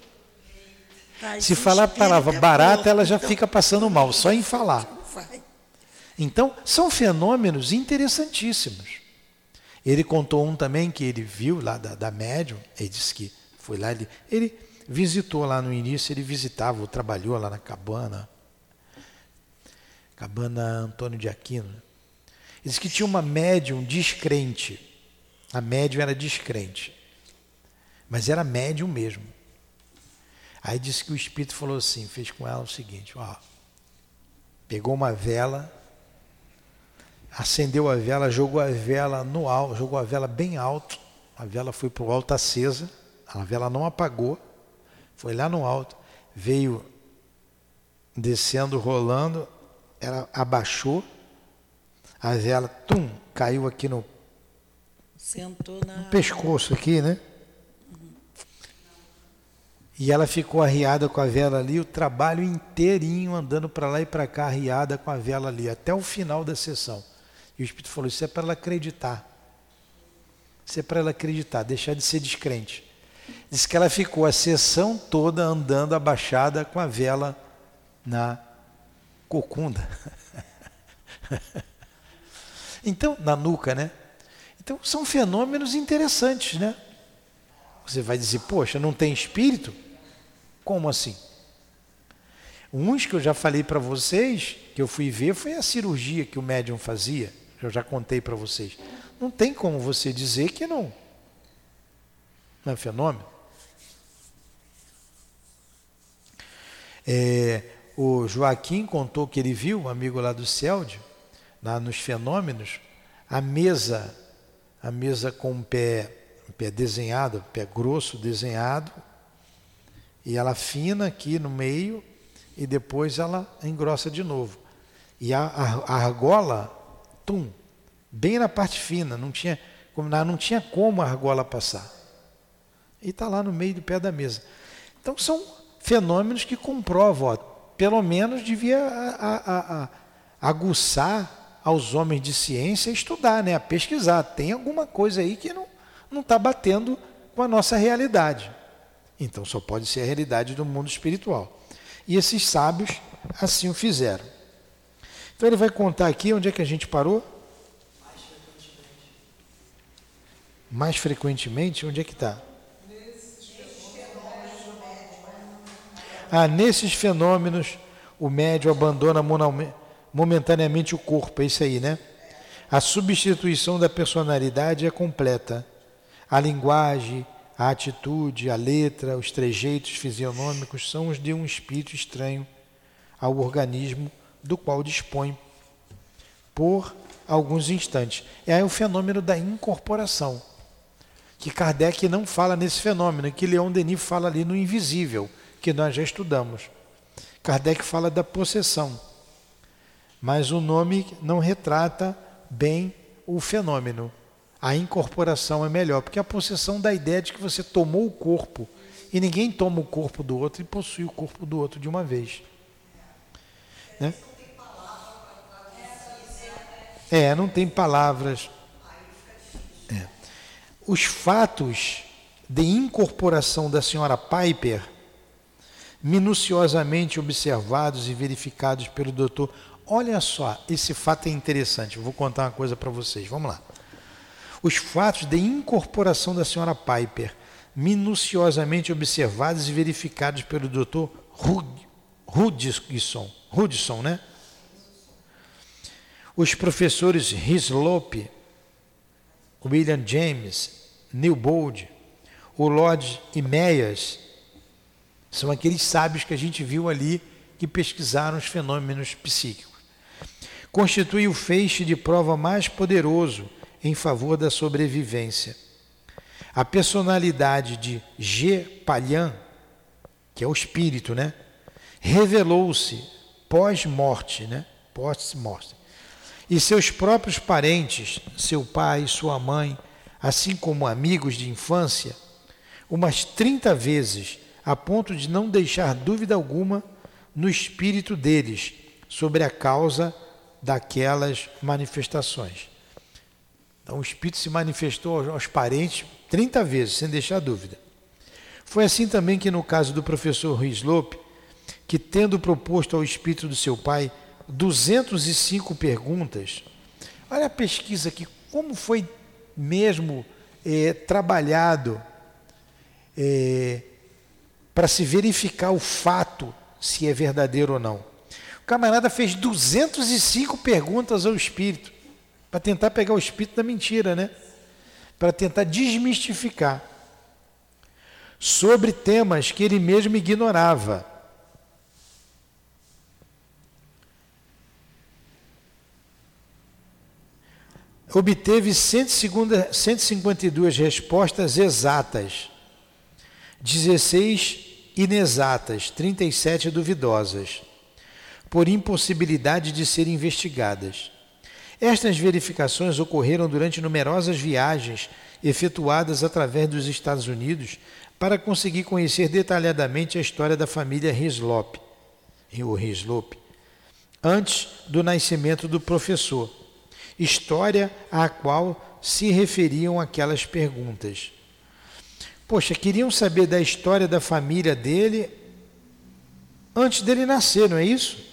Se falar a palavra barata, ela já fica passando mal, só em falar. Então, são fenômenos interessantíssimos. Ele contou um também que ele viu lá da médium, ele disse que foi lá, ele visitou lá no início, ele visitava, trabalhou lá na cabana Antônio de Aquino. Ele disse que tinha uma médium descrente, a médium era descrente, mas era médium mesmo. Aí disse que o espírito falou assim, fez com ela o seguinte, pegou uma vela, acendeu a vela, jogou a vela no alto, jogou a vela bem alto, a vela foi para o alto acesa, a vela não apagou, foi lá no alto, veio descendo, rolando, ela abaixou, a vela, caiu aqui no pescoço aqui, né? E ela ficou arriada com a vela ali, o trabalho inteirinho, andando para lá e para cá, arriada com a vela ali, até o final da sessão. E o Espírito falou, isso é para ela acreditar. Isso é para ela acreditar, deixar de ser descrente. Diz que ela ficou a sessão toda andando abaixada com a vela na cocunda. Então, na nuca, né? Então, são fenômenos interessantes, né? Você vai dizer, poxa, não tem espírito? Como assim? Uns que eu já falei para vocês, que eu fui ver, foi a cirurgia que o médium fazia. Eu já contei para vocês. Não tem como você dizer que não é fenômeno. O Joaquim contou que ele viu, um amigo lá do CELD, lá nos fenômenos, a mesa com um pé desenhado, pé grosso desenhado, e ela fina aqui no meio, e depois ela engrossa de novo. E a argola, bem na parte fina, não tinha como a argola passar. E está lá no meio do pé da mesa. Então são fenômenos que comprovam, pelo menos devia aguçar aos homens de ciência a estudar, né, a pesquisar. Tem alguma coisa aí que não está batendo com a nossa realidade. Então só pode ser a realidade do mundo espiritual. E esses sábios assim o fizeram. Então ele vai contar aqui onde é que a gente parou? Mais frequentemente, onde é que está? Nesses fenômenos, o médium abandona momentaneamente o corpo, é isso aí, né? A substituição da personalidade é completa. A linguagem, a atitude, a letra, os trejeitos fisionômicos são os de um espírito estranho ao organismo do qual dispõe por alguns instantes. É o fenômeno da incorporação, que Kardec não fala nesse fenômeno, que Leon Denis fala ali no invisível, que nós já estudamos. Kardec fala da possessão, mas o nome não retrata bem o fenômeno. A incorporação é melhor, porque a possessão dá a ideia de que você tomou o corpo, e ninguém toma o corpo do outro e possui o corpo do outro de uma vez. Né? Não tem palavras. Os fatos de incorporação da senhora Piper, minuciosamente observados e verificados pelo doutor. Olha só, esse fato é interessante. Eu vou contar uma coisa para vocês. Vamos lá. Os fatos de incorporação da senhora Piper, minuciosamente observados e verificados pelo doutor Hudson, né? Os professores Hislop, William James, Newbold, o Lord Himeas, são aqueles sábios que a gente viu ali que pesquisaram os fenômenos psíquicos. Constitui o feixe de prova mais poderoso em favor da sobrevivência. A personalidade de G. Pallian, que é o espírito, né? Revelou-se pós-morte, né? Pós-morte. E seus próprios parentes, seu pai, sua mãe, assim como amigos de infância, umas 30 vezes, a ponto de não deixar dúvida alguma no espírito deles sobre a causa daquelas manifestações. Então o espírito se manifestou aos parentes 30 vezes, sem deixar dúvida. Foi assim também que no caso do professor Hislop, que tendo proposto ao espírito do seu pai 205 perguntas, olha a pesquisa aqui, como foi mesmo trabalhado para se verificar o fato, se é verdadeiro ou não. O camarada fez 205 perguntas ao espírito, para tentar pegar o espírito da mentira, né? Para tentar desmistificar, sobre temas que ele mesmo ignorava. Obteve 152 respostas exatas, 16 inexatas, 37 duvidosas, por impossibilidade de serem investigadas. Estas verificações ocorreram durante numerosas viagens efetuadas através dos Estados Unidos para conseguir conhecer detalhadamente a história da família Hislop, antes do nascimento do professor, história à qual se referiam aquelas perguntas. Poxa, queriam saber da história da família dele antes dele nascer, não é isso?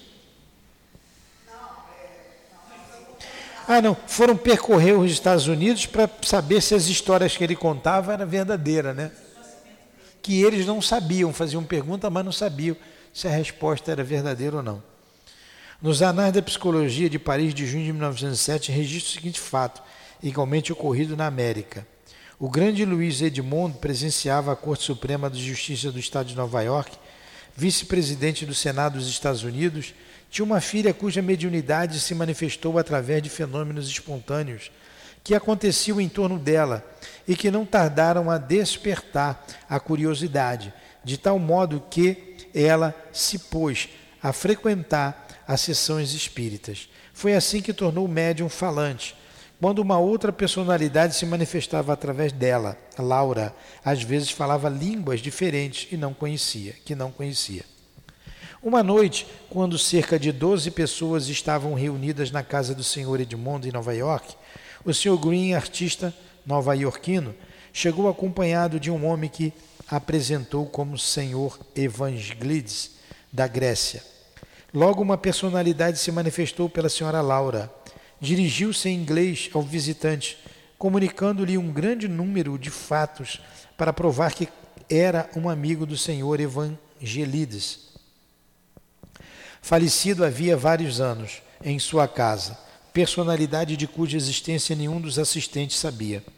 Não, foram percorrer os Estados Unidos para saber se as histórias que ele contava eram verdadeiras, né? Que eles não sabiam, faziam pergunta, mas não sabiam se a resposta era verdadeira ou não. Nos Anais da Psicologia de Paris de junho de 1907, registra o seguinte fato, igualmente ocorrido na América. O grande Luiz Edmond presenciava a Corte Suprema de Justiça do Estado de Nova York, vice-presidente do Senado dos Estados Unidos, tinha uma filha cuja mediunidade se manifestou através de fenômenos espontâneos que aconteciam em torno dela e que não tardaram a despertar a curiosidade, de tal modo que ela se pôs a frequentar as sessões espíritas. Foi assim que tornou o médium falante, quando uma outra personalidade se manifestava através dela. Laura, às vezes falava línguas diferentes que não conhecia. Uma noite, quando cerca de 12 pessoas estavam reunidas na casa do Sr. Edmond em Nova York, o Sr. Green, artista nova-iorquino, chegou acompanhado de um homem que apresentou como Sr. Evangelides, da Grécia. Logo uma personalidade se manifestou pela Sra. Laura. Dirigiu-se em inglês ao visitante, comunicando-lhe um grande número de fatos para provar que era um amigo do Sr. Evangelides, falecido havia vários anos, em sua casa, personalidade de cuja existência nenhum dos assistentes sabia.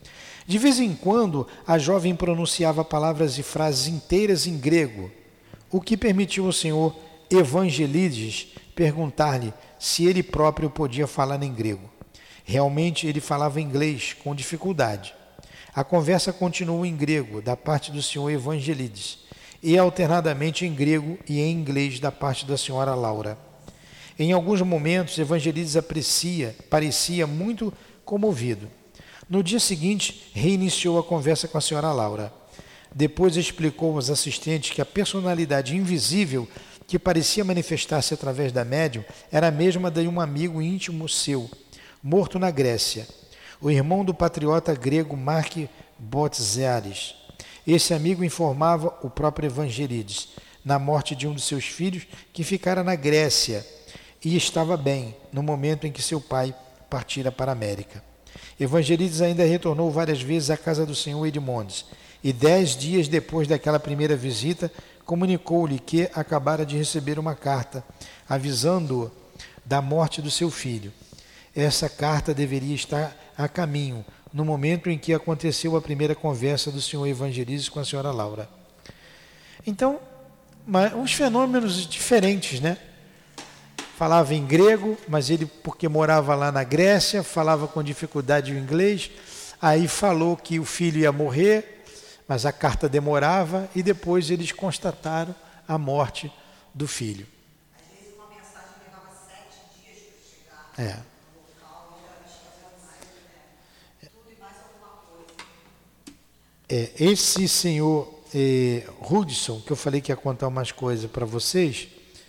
De vez em quando, a jovem pronunciava palavras e frases inteiras em grego, o que permitiu ao senhor Evangelides perguntar-lhe se ele próprio podia falar em grego. Realmente ele falava inglês com dificuldade. A conversa continuou em grego da parte do senhor Evangelides e alternadamente em grego e em inglês da parte da senhora Laura. Em alguns momentos, Evangelides parecia muito comovido. No dia seguinte, reiniciou a conversa com a senhora Laura. Depois explicou aos assistentes que a personalidade invisível que parecia manifestar-se através da médium era a mesma de um amigo íntimo seu, morto na Grécia, o irmão do patriota grego Mark Botzaris. Esse amigo informava o próprio Evangelides na morte de um de seus filhos que ficara na Grécia e estava bem no momento em que seu pai partira para a América. Evangelides ainda retornou várias vezes à casa do senhor Edmondes e 10 dias depois daquela primeira visita comunicou-lhe que acabara de receber uma carta avisando-o da morte do seu filho. Essa carta deveria estar a caminho no momento em que aconteceu a primeira conversa do senhor Evangelides com a senhora Laura. Então, uns fenômenos diferentes, né? Falava em grego, mas ele, porque morava lá na Grécia, falava com dificuldade o inglês, aí falou que o filho ia morrer, mas a carta demorava, e depois eles constataram a morte do filho. Às vezes uma mensagem levava 7 dias para chegar no local, e já tinha mais, tudo e mais alguma coisa. Esse senhor Hudson, que eu falei que ia contar umas coisas para vocês,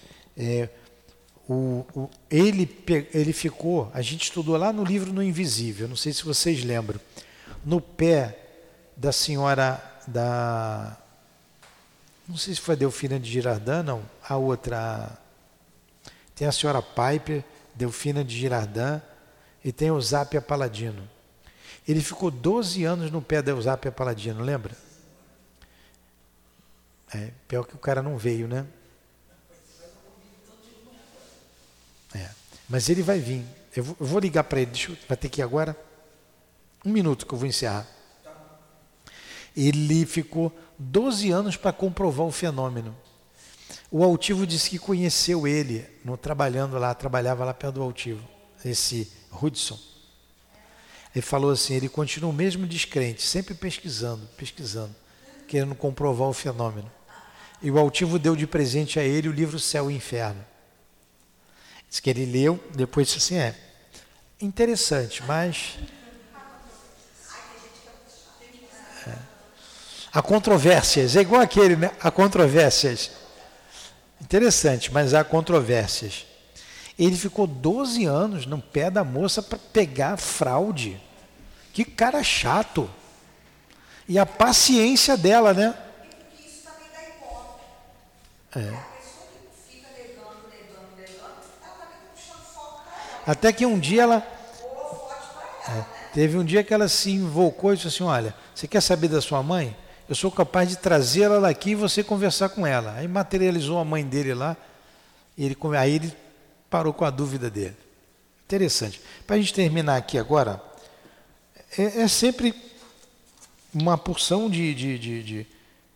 ele ficou, a gente estudou lá no livro No Invisível, não sei se vocês lembram, no pé da senhora não sei se foi a Delfina de Girardin, não, a outra, tem a senhora Piper, Delfina de Girardin, e tem o Zápia Paladino. Ele ficou 12 anos no pé da Eusápia Paladino, lembra? Pior que o cara não veio, né? Mas ele vai vir. Eu vou ligar para ele. Vai ter que ir agora? 1 minuto que eu vou encerrar. Ele ficou 12 anos para comprovar o fenômeno. O altivo disse que conheceu ele trabalhava lá perto do altivo, esse Hudson. Ele falou assim, ele continua o mesmo descrente, sempre pesquisando, querendo comprovar o fenômeno. E o altivo deu de presente a ele o livro Céu e Inferno. Diz que ele leu, depois disse assim, interessante, mas... Há controvérsias, é igual aquele, né? Há controvérsias. Interessante, mas há controvérsias. Ele ficou 12 anos no pé da moça para pegar fraude. Que cara chato. E a paciência dela, né? E isso também dá encontro. A pessoa que fica negando, ela também está puxando foco para ela. Até que um dia ela... Holofote para ela, né? Teve um dia que ela se invocou e disse assim, olha, você quer saber da sua mãe? Eu sou capaz de trazê-la daqui e você conversar com ela. Aí materializou a mãe dele lá, e aí ele parou com a dúvida dele. Interessante. Para a gente terminar aqui agora, é sempre uma porção de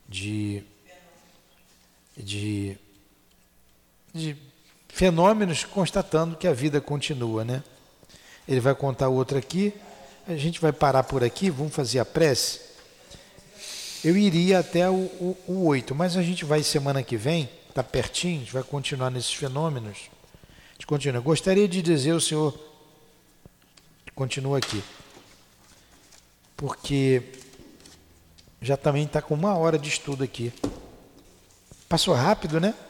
fenômenos constatando que a vida continua, né? Ele vai contar outro aqui, a gente vai parar por aqui, vamos fazer a prece. Eu iria até o 8, mas a gente vai semana que vem, está pertinho, a gente vai continuar nesses fenômenos. A gente continua. Gostaria de dizer ao senhor, continua aqui, porque já também está com 1 hora de estudo aqui. Passou rápido, né?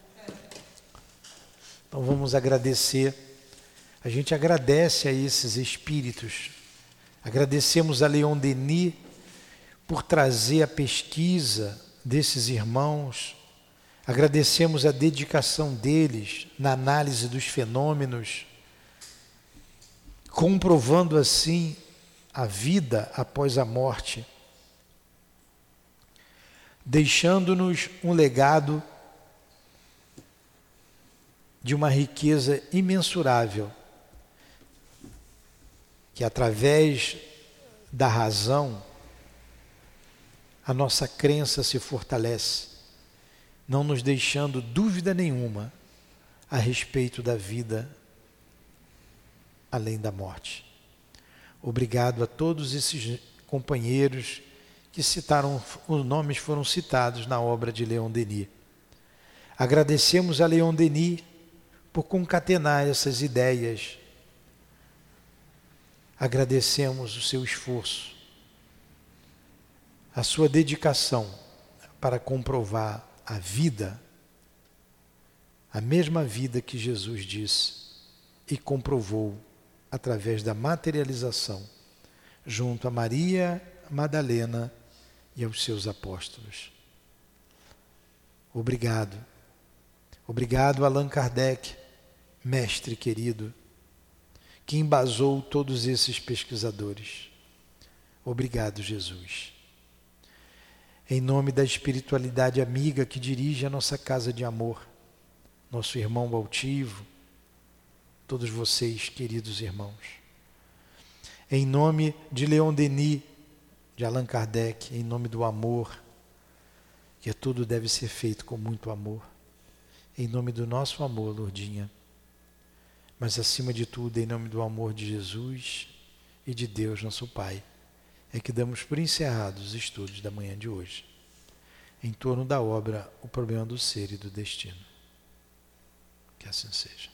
Então vamos agradecer. A gente agradece a esses espíritos. Agradecemos a Leon Denis por trazer a pesquisa desses irmãos. Agradecemos a dedicação deles na análise dos fenômenos, comprovando assim a vida após a morte, deixando-nos um legado de uma riqueza imensurável, que através da razão, a nossa crença se fortalece, não nos deixando dúvida nenhuma a respeito da vida além da morte. Obrigado a todos esses companheiros que citaram, os nomes foram citados na obra de Leon Denis. Agradecemos a Leon Denis por concatenar essas ideias. Agradecemos o seu esforço, a sua dedicação para comprovar a vida, a mesma vida que Jesus disse e comprovou através da materialização, junto a Maria Madalena e aos seus apóstolos. Obrigado. Obrigado, Allan Kardec, mestre querido, que embasou todos esses pesquisadores. Obrigado, Jesus. Em nome da espiritualidade amiga que dirige a nossa casa de amor, nosso irmão altivo, todos vocês, queridos irmãos. Em nome de Leon Denis, de Allan Kardec, em nome do amor, que tudo deve ser feito com muito amor. Em nome do nosso amor, Lourdinha, mas acima de tudo, em nome do amor de Jesus e de Deus, nosso Pai, é que damos por encerrados os estudos da manhã de hoje, em torno da obra O Problema do Ser e do Destino. Que assim seja.